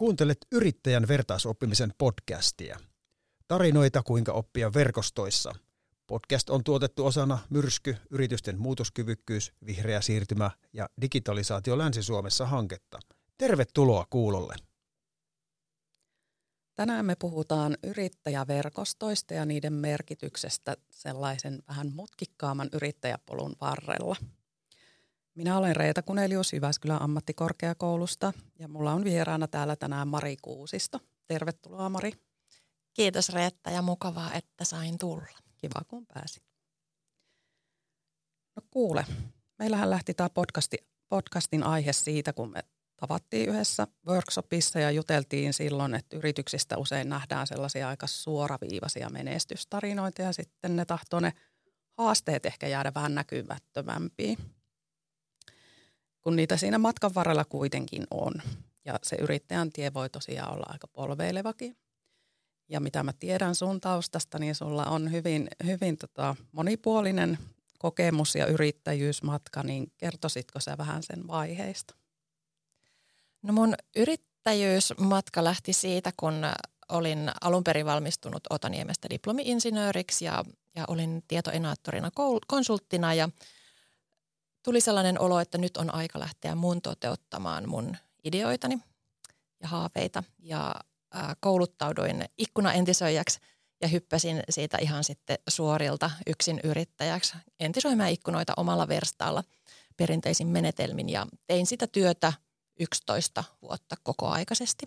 Kuuntelet Yrittäjän vertaisoppimisen podcastia. Tarinoita, kuinka oppia verkostoissa. Podcast on tuotettu osana Myrsky, yritysten muutoskyvykkyys, vihreä siirtymä ja digitalisaatio Länsi-Suomessa -hanketta. Tervetuloa kuulolle. Tänään me puhutaan yrittäjäverkostoista ja niiden merkityksestä sellaisen vähän mutkikkaamman yrittäjäpolun varrella. Minä olen Reeta Kunelius Jyväskylän ammattikorkeakoulusta ja mulla on vieraana täällä tänään Mari Kuusisto. Tervetuloa Mari. Kiitos Reetta ja mukavaa, että sain tulla. Kiva kun pääsit. No kuule, meillähän lähti tämä podcastin aihe siitä, kun me tavattiin yhdessä workshopissa ja juteltiin silloin, että yrityksistä usein nähdään sellaisia aika suoraviivaisia menestystarinoita ja sitten ne tahtoo ne haasteet ehkä jäädä vähän näkymättömämpiin, kun niitä siinä matkan varrella kuitenkin on. Ja se yrittäjän tie voi tosiaan olla aika polveilevakin. Ja mitä mä tiedän sun taustasta, niin sulla on hyvin monipuolinen kokemus ja yrittäjyysmatka, niin kertoisitko sä vähän sen vaiheista? No mun yrittäjyysmatka lähti siitä, kun olin alun perin valmistunut Otaniemestä diplomi-insinööriksi ja olin tietoenaattorina konsulttina ja tuli sellainen olo, että nyt on aika lähteä mun toteuttamaan mun ideoitani ja haaveita ja kouluttauduin ikkunaentisöijäksi ja hyppäsin siitä ihan sitten suorilta yksin yrittäjäksi entisoimaan ikkunoita omalla verstaalla perinteisin menetelmin ja tein sitä työtä 11 vuotta kokoaikaisesti.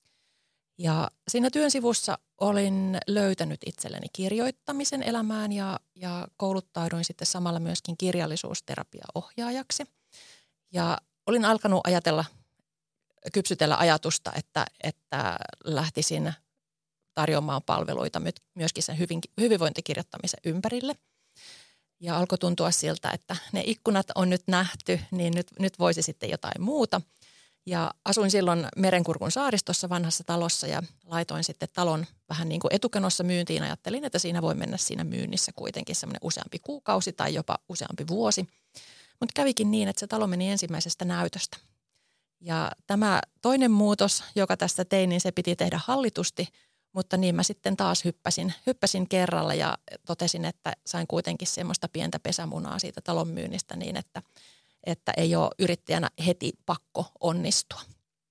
Ja siinä työn sivussa olin löytänyt itselleni kirjoittamisen elämään ja kouluttauduin sitten samalla myöskin kirjallisuusterapiaohjaajaksi. Ja olin alkanut kypsytellä ajatusta, että lähtisin tarjoamaan palveluita myöskin sen hyvinvointikirjoittamisen ympärille. Ja alkoi tuntua siltä, että ne ikkunat on nyt nähty, niin nyt voisi sitten jotain muuta. Ja asuin silloin Merenkurkun saaristossa vanhassa talossa ja laitoin sitten talon vähän niin kuin etukenossa myyntiin. Ajattelin, että siinä voi mennä siinä myynnissä kuitenkin semmoinen useampi kuukausi tai jopa useampi vuosi. Mutta kävikin niin, että se talo meni ensimmäisestä näytöstä. Ja tämä toinen muutos, joka tästä tein, niin se piti tehdä hallitusti, mutta niin mä sitten taas hyppäsin kerralla ja totesin, että sain kuitenkin semmoista pientä pesämunaa siitä talon myynnistä niin, että ei ole yrittäjänä heti pakko onnistua.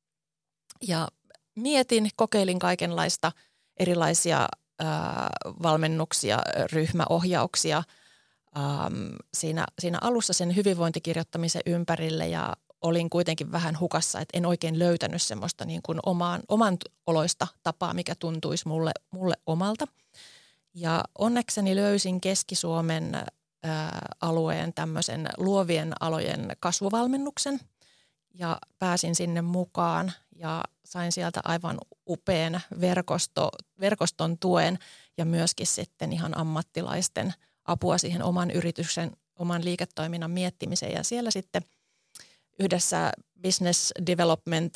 Ja kokeilin kaikenlaista erilaisia valmennuksia, ryhmäohjauksia siinä alussa sen hyvinvointikirjoittamisen ympärille ja olin kuitenkin vähän hukassa, että en oikein löytänyt semmoista niin kuin oman oloista tapaa, mikä tuntuisi mulle omalta. Ja onnekseni löysin Keski-Suomen alueen tämmöisen luovien alojen kasvuvalmennuksen ja pääsin sinne mukaan ja sain sieltä aivan upean verkoston tuen ja myöskin sitten ihan ammattilaisten apua siihen oman yrityksen, oman liiketoiminnan miettimiseen ja siellä sitten yhdessä business development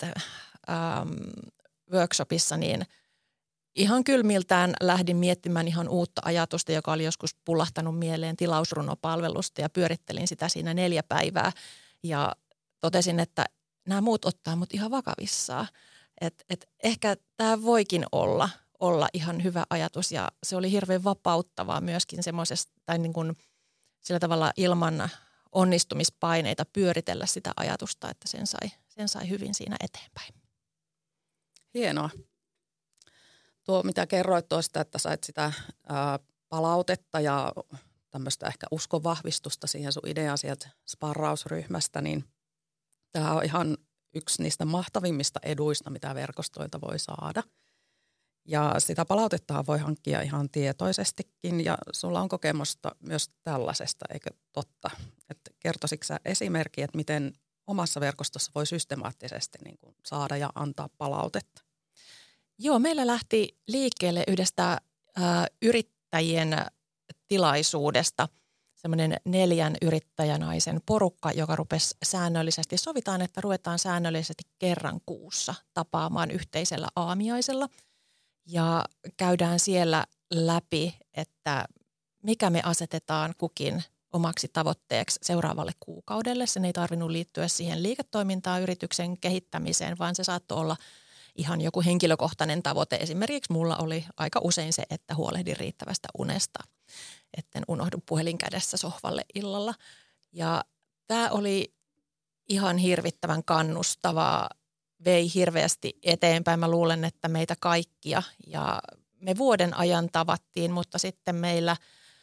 workshopissa niin ihan kylmiltään lähdin miettimään ihan uutta ajatusta, joka oli joskus pullahtanut mieleen tilausrunopalvelusta ja pyörittelin sitä siinä 4 päivää ja totesin, että nämä muut ottaa mut ihan vakavissaan. Et ehkä tämä voikin olla ihan hyvä ajatus ja se oli hirveän vapauttavaa myöskin semmoisesta tai niin kuin sillä tavalla ilman onnistumispaineita pyöritellä sitä ajatusta, että sen sai hyvin siinä eteenpäin. Hienoa. Tuo, mitä kerroit tuosta, että sait sitä palautetta ja tämmöistä ehkä uskonvahvistusta siihen sun ideaan sieltä sparrausryhmästä, niin tämä on ihan yksi niistä mahtavimmista eduista, mitä verkostoilta voi saada. Ja sitä palautetta voi hankkia ihan tietoisestikin ja sulla on kokemusta myös tällaisesta, eikö totta? Että kertoisitko sä esimerkki, että miten omassa verkostossa voi systemaattisesti niin kuin saada ja antaa palautetta? Joo, meillä lähti liikkeelle yhdestä yrittäjien tilaisuudesta semmoinen 4 yrittäjänaisen porukka, joka rupesi säännöllisesti, sovitaan, että ruvetaan säännöllisesti kerran kuussa tapaamaan yhteisellä aamiaisella. Ja käydään siellä läpi, että mikä me asetetaan kukin omaksi tavoitteeksi seuraavalle kuukaudelle. Sen ei tarvinnut liittyä siihen liiketoimintaan, yrityksen kehittämiseen, vaan se saattoi olla ihan joku henkilökohtainen tavoite. Esimerkiksi mulla oli aika usein se, että huolehdin riittävästä unesta, etten unohdu puhelin kädessä sohvalle illalla. Ja tämä oli ihan hirvittävän kannustavaa, vei hirveästi eteenpäin. Mä luulen, että meitä kaikkia ja me vuoden ajan tavattiin, mutta sitten meillä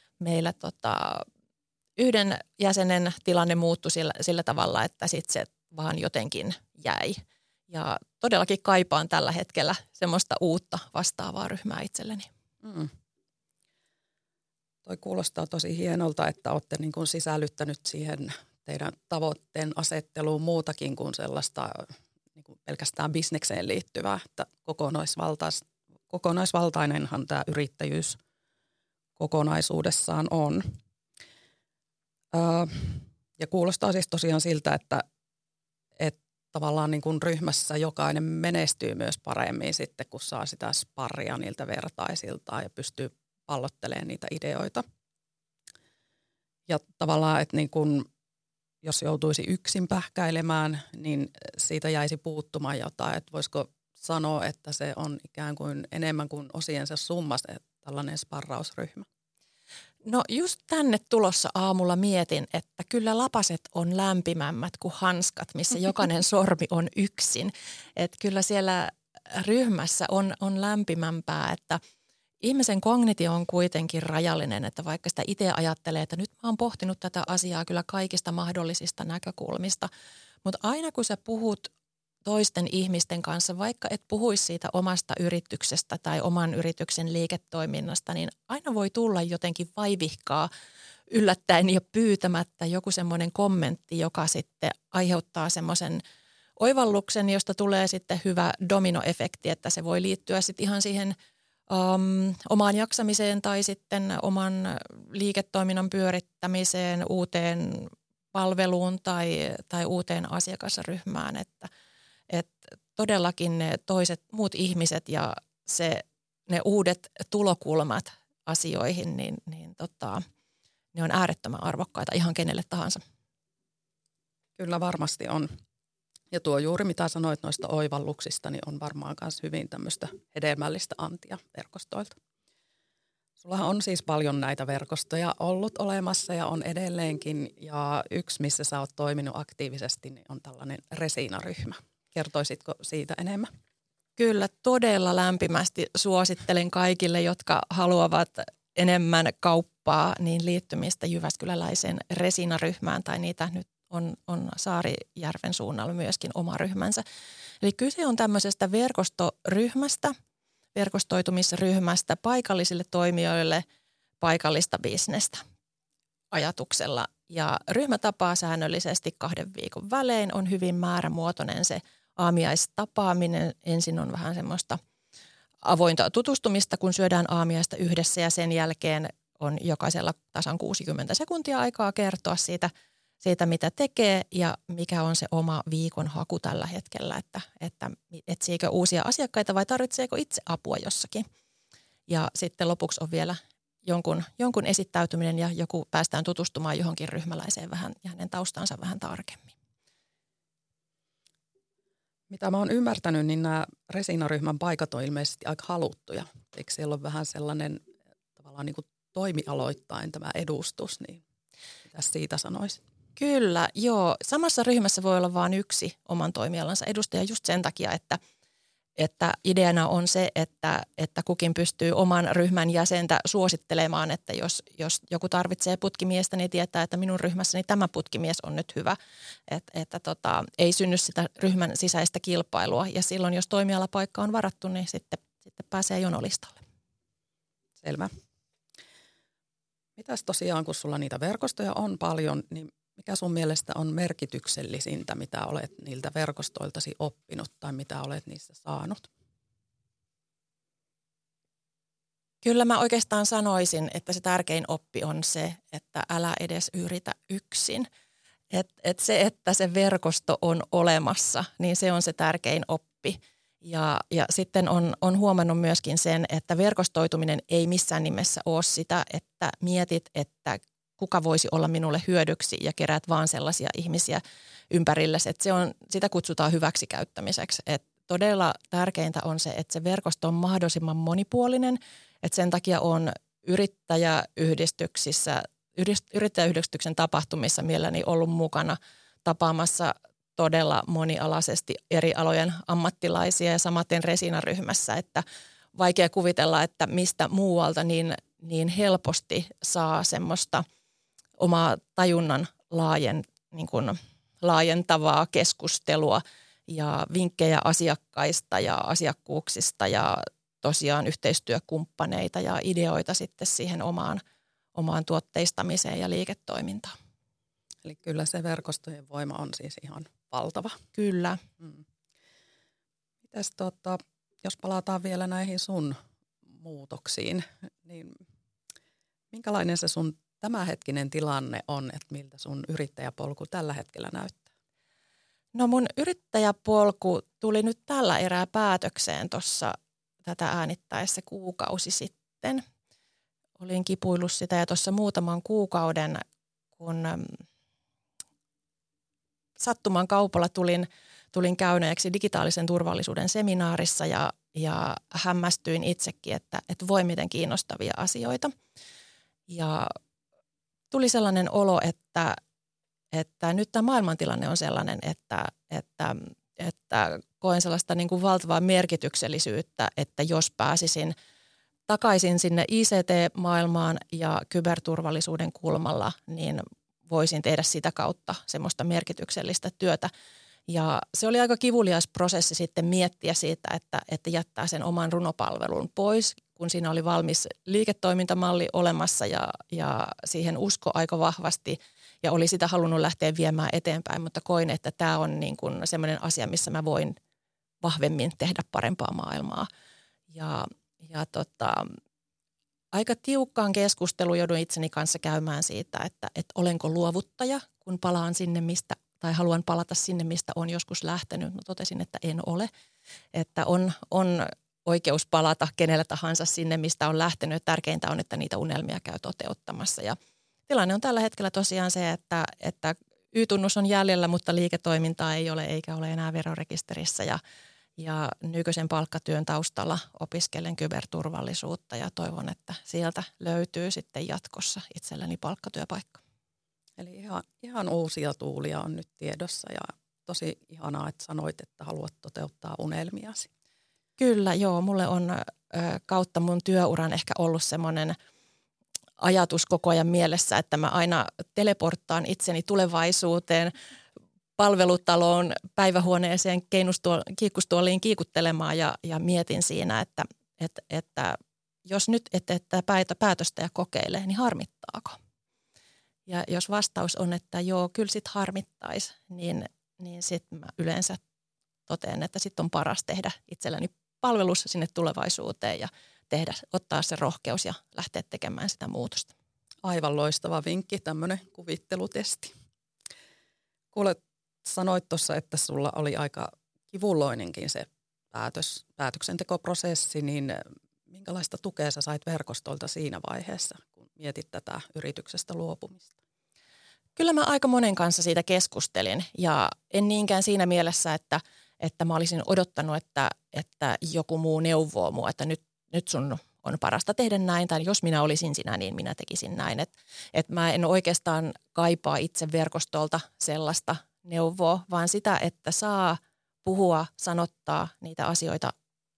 yhden jäsenen tilanne muuttui sillä tavalla, että sitten se vaan jotenkin jäi. Ja todellakin kaipaan tällä hetkellä semmoista uutta vastaavaa ryhmää itselleni. Toi kuulostaa tosi hienolta, että olette niin kuin sisällyttänyt siihen teidän tavoitteen asetteluun muutakin kuin sellaista niin kuin pelkästään bisnekseen liittyvää, että kokonaisvaltainenhan tämä yrittäjyys kokonaisuudessaan on. Ja kuulostaa siis tosiaan siltä, että tavallaan niin kuin ryhmässä jokainen menestyy myös paremmin sitten, kun saa sitä sparria niiltä vertaisiltaan ja pystyy pallottelemaan niitä ideoita. Ja tavallaan, että niin kuin, jos joutuisi yksin pähkäilemään, niin siitä jäisi puuttumaan jotain. Että voisiko sanoa, että se on ikään kuin enemmän kuin osiensa summa se tällainen sparrausryhmä? No just tänne tulossa aamulla mietin, että kyllä lapaset on lämpimämmät kuin hanskat, missä jokainen sormi on yksin. Että kyllä siellä ryhmässä on lämpimämpää, että ihmisen kognitio on kuitenkin rajallinen, että vaikka sitä itse ajattelee, että nyt mä oon pohtinut tätä asiaa kyllä kaikista mahdollisista näkökulmista, mutta aina kun sä puhut toisten ihmisten kanssa, vaikka et puhuisi siitä omasta yrityksestä tai oman yrityksen liiketoiminnasta, niin aina voi tulla jotenkin vaivihkaa yllättäen ja pyytämättä joku semmoinen kommentti, joka sitten aiheuttaa semmoisen oivalluksen, josta tulee sitten hyvä dominoefekti, että se voi liittyä sitten ihan siihen omaan jaksamiseen tai sitten oman liiketoiminnan pyörittämiseen, uuteen palveluun tai uuteen asiakasryhmään, että todellakin ne muut ihmiset ja ne uudet tulokulmat asioihin, niin ne on äärettömän arvokkaita ihan kenelle tahansa. Kyllä varmasti on. Ja tuo juuri mitä sanoit noista oivalluksista, niin on varmaan myös hyvin tämmöistä hedelmällistä antia verkostoilta. Sullahan on siis paljon näitä verkostoja ollut olemassa ja on edelleenkin. Ja yksi, missä sä oot toiminut aktiivisesti, niin on tällainen Resina-ryhmä. Kertoisitko siitä enemmän? Kyllä, todella lämpimästi suosittelen kaikille, jotka haluavat enemmän kauppaa, niin liittymistä jyväskyläläiseen Resina-ryhmään, tai niitä nyt on Saarijärven suunnalla myöskin oma ryhmänsä. Eli kyse on tämmöisestä verkostoryhmästä, verkostoitumisryhmästä paikallisille toimijoille paikallista bisnestä ajatuksella. Ja ryhmä tapaa säännöllisesti 2 viikon välein, on hyvin määrämuotoinen se aamiaistapaaminen. Ensin on vähän semmoista avointa tutustumista, kun syödään aamiaista yhdessä, ja sen jälkeen on jokaisella tasan 60 sekuntia aikaa kertoa siitä, mitä tekee ja mikä on se oma viikon haku tällä hetkellä, että etsiikö uusia asiakkaita vai tarvitseeko itse apua jossakin. Ja sitten lopuksi on vielä jonkun esittäytyminen ja joku päästään tutustumaan johonkin ryhmäläiseen vähän ja hänen taustansa vähän tarkemmin. Mitä mä oon ymmärtänyt, niin nämä Resina-ryhmän paikat on ilmeisesti aika haluttuja. Eikö siellä ole vähän sellainen tavallaan niin kuin toimialoittain tämä edustus, niin mitä siitä sanoisit? Kyllä, joo. Samassa ryhmässä voi olla vain yksi oman toimialansa edustaja just sen takia, että ideana on se, että kukin pystyy oman ryhmän jäsentä suosittelemaan, että jos joku tarvitsee putkimiestä, niin tietää, että minun ryhmässäni tämä putkimies on nyt hyvä, että ei synny sitä ryhmän sisäistä kilpailua, ja silloin jos toimialapaikka on varattu, niin sitten pääsee jonolistalle. Selvä. Mitäs tosiaan, kun sulla niitä verkostoja on paljon, niin mikä sun mielestä on merkityksellisintä, mitä olet niiltä verkostoiltasi oppinut tai mitä olet niissä saanut? Kyllä mä oikeastaan sanoisin, että se tärkein oppi on se, että älä edes yritä yksin. Se, että se verkosto on olemassa, niin se on se tärkein oppi. Ja sitten on huomannut myöskin sen, että verkostoituminen ei missään nimessä ole sitä, että mietit, että kuka voisi olla minulle hyödyksi ja keräät vaan sellaisia ihmisiä ympärillesi. Että sitä kutsutaan hyväksikäyttämiseksi. Että todella tärkeintä on se, että se verkosto on mahdollisimman monipuolinen. Että sen takia on yrittäjäyhdistyksen tapahtumissa mielelläni ollut mukana tapaamassa todella monialaisesti eri alojen ammattilaisia ja samaten Resina-ryhmässä, että vaikea kuvitella, että mistä muualta niin helposti saa semmoista omaa tajunnan laajentavaa keskustelua ja vinkkejä asiakkaista ja asiakkuuksista ja tosiaan yhteistyökumppaneita ja ideoita sitten siihen omaan tuotteistamiseen ja liiketoimintaan. Eli kyllä se verkostojen voima on siis ihan valtava. Kyllä. Mites jos palataan vielä näihin sun muutoksiin, niin minkälainen se sun tämänhetkinen tilanne on, että miltä sun yrittäjäpolku tällä hetkellä näyttää? No mun yrittäjäpolku tuli nyt tällä erää päätökseen tuossa tätä äänittäessä kuukausi sitten. Olin kipuillut sitä ja tuossa muutaman kuukauden, kun sattuman kaupalla tulin käyneeksi digitaalisen turvallisuuden seminaarissa ja hämmästyin itsekin, että voi miten kiinnostavia asioita. Ja tuli sellainen olo, että nyt tämä maailmantilanne on sellainen, että koen sellaista niin kuin valtavaa merkityksellisyyttä, että jos pääsisin takaisin sinne ICT-maailmaan ja kyberturvallisuuden kulmalla, niin voisin tehdä sitä kautta semmoista merkityksellistä työtä. Ja se oli aika kivulias prosessi sitten miettiä siitä, että jättää sen oman runopalvelun pois, kun siinä oli valmis liiketoimintamalli olemassa ja siihen usko aika vahvasti ja oli sitä halunnut lähteä viemään eteenpäin, mutta koin, että tämä on niin kuin semmoinen asia, missä mä voin vahvemmin tehdä parempaa maailmaa. Ja aika tiukkaan keskustelun joudun itseni kanssa käymään siitä, että olenko luovuttaja, kun palaan sinne, tai haluan palata sinne, mistä on joskus lähtenyt. No, totesin, että en ole, että on oikeus palata kenellä tahansa sinne, mistä on lähtenyt. Tärkeintä on, että niitä unelmia käy toteuttamassa. Ja tilanne on tällä hetkellä tosiaan se, että Y-tunnus on jäljellä, mutta liiketoimintaa ei ole eikä ole enää verorekisterissä. Ja nykyisen palkkatyön taustalla opiskelen kyberturvallisuutta ja toivon, että sieltä löytyy sitten jatkossa itselleni palkkatyöpaikka. Eli ihan uusia tuulia on nyt tiedossa ja tosi ihanaa, että sanoit, että haluat toteuttaa unelmiasi. Kyllä, joo. Mulle on kautta mun työuran ehkä ollut semmoinen ajatus koko ajan mielessä, että mä aina teleporttaan itseni tulevaisuuteen, palvelutaloon, päivähuoneeseen, kiikkustuoliin kiikuttelemaan ja mietin siinä, että jos nyt ette tätä päätöstä ja kokeilee, niin harmittaako? Ja jos vastaus on, että joo, kyllä sit harmittaisi, niin sitten mä yleensä totean, että sitten on paras tehdä itselleni palvelus sinne tulevaisuuteen ja ottaa se rohkeus ja lähteä tekemään sitä muutosta. Aivan loistava vinkki, tämmöinen kuvittelutesti. Kuule, sanoit tuossa, että sulla oli aika kivulloinenkin se päätöksentekoprosessi, niin minkälaista tukea sä sait verkostolta siinä vaiheessa, kun mietit tätä yrityksestä luopumista? Kyllä mä aika monen kanssa siitä keskustelin ja en niinkään siinä mielessä, että mä olisin odottanut, että joku muu neuvoo mua, että nyt sun on parasta tehdä näin, tai jos minä olisin sinä, niin minä tekisin näin. Että mä en oikeastaan kaipaa itse verkostolta sellaista neuvoa, vaan sitä, että saa puhua, sanottaa niitä asioita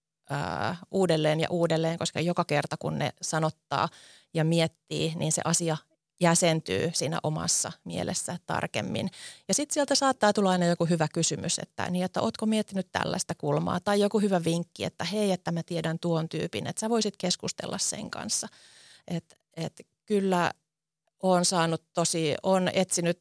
uudelleen ja uudelleen, koska joka kerta kun ne sanottaa ja miettii, niin se asia jäsentyy siinä omassa mielessä tarkemmin. Ja sitten sieltä saattaa tulla aina joku hyvä kysymys, että ootko miettinyt tällaista kulmaa, tai joku hyvä vinkki, että hei, että mä tiedän tuon tyypin, että sä voisit keskustella sen kanssa. Et kyllä olen etsinyt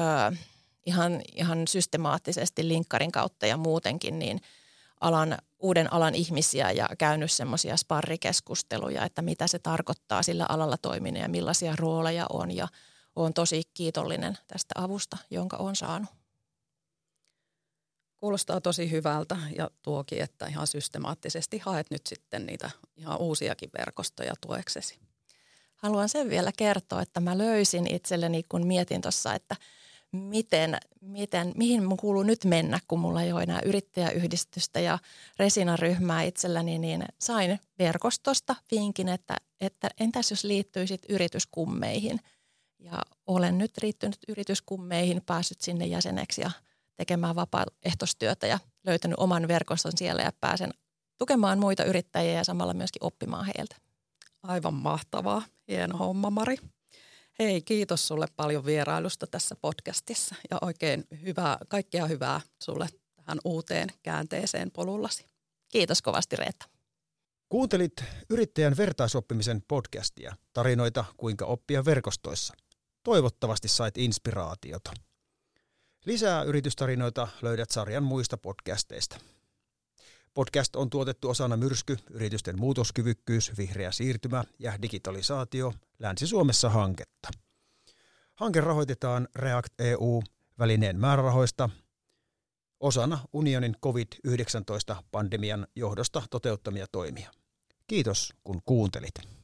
ihan systemaattisesti linkkarin kautta ja muutenkin niin uuden alan ihmisiä ja käynyt semmoisia sparrikeskusteluja, että mitä se tarkoittaa sillä alalla toiminen ja millaisia rooleja on. Ja olen tosi kiitollinen tästä avusta, jonka olen saanut. Kuulostaa tosi hyvältä ja tuokin, että ihan systemaattisesti haet nyt sitten niitä ihan uusiakin verkostoja tueksesi. Haluan sen vielä kertoa, että mä löysin itselleni, kun mietin tuossa, että mihin mun kuuluu nyt mennä, kun mulla ei ole enää yrittäjäyhdistystä ja Resina-ryhmää itselläni, niin sain verkostosta vinkin, että entäs jos liittyisit yrityskummeihin. Ja olen nyt liittynyt yrityskummeihin, päässyt sinne jäseneksi ja tekemään vapaaehtoistyötä ja löytänyt oman verkoston siellä ja pääsen tukemaan muita yrittäjiä ja samalla myöskin oppimaan heiltä. Aivan mahtavaa. Hieno homma, Mari. Hei, kiitos sulle paljon vierailusta tässä podcastissa ja oikein kaikkea hyvää sulle tähän uuteen käänteeseen polullasi. Kiitos kovasti, Reetta. Kuuntelit Yrittäjän vertaisoppimisen podcastia, tarinoita kuinka oppia verkostoissa. Toivottavasti sait inspiraatiota. Lisää yritystarinoita löydät sarjan muista podcasteista. Podcast on tuotettu osana Myrsky, yritysten muutoskyvykkyys, vihreä siirtymä ja digitalisaatio Länsi-Suomessa hanketta. Hanke rahoitetaan REACT-EU-välineen määrärahoista osana unionin COVID-19-pandemian johdosta toteuttamia toimia. Kiitos kun kuuntelit.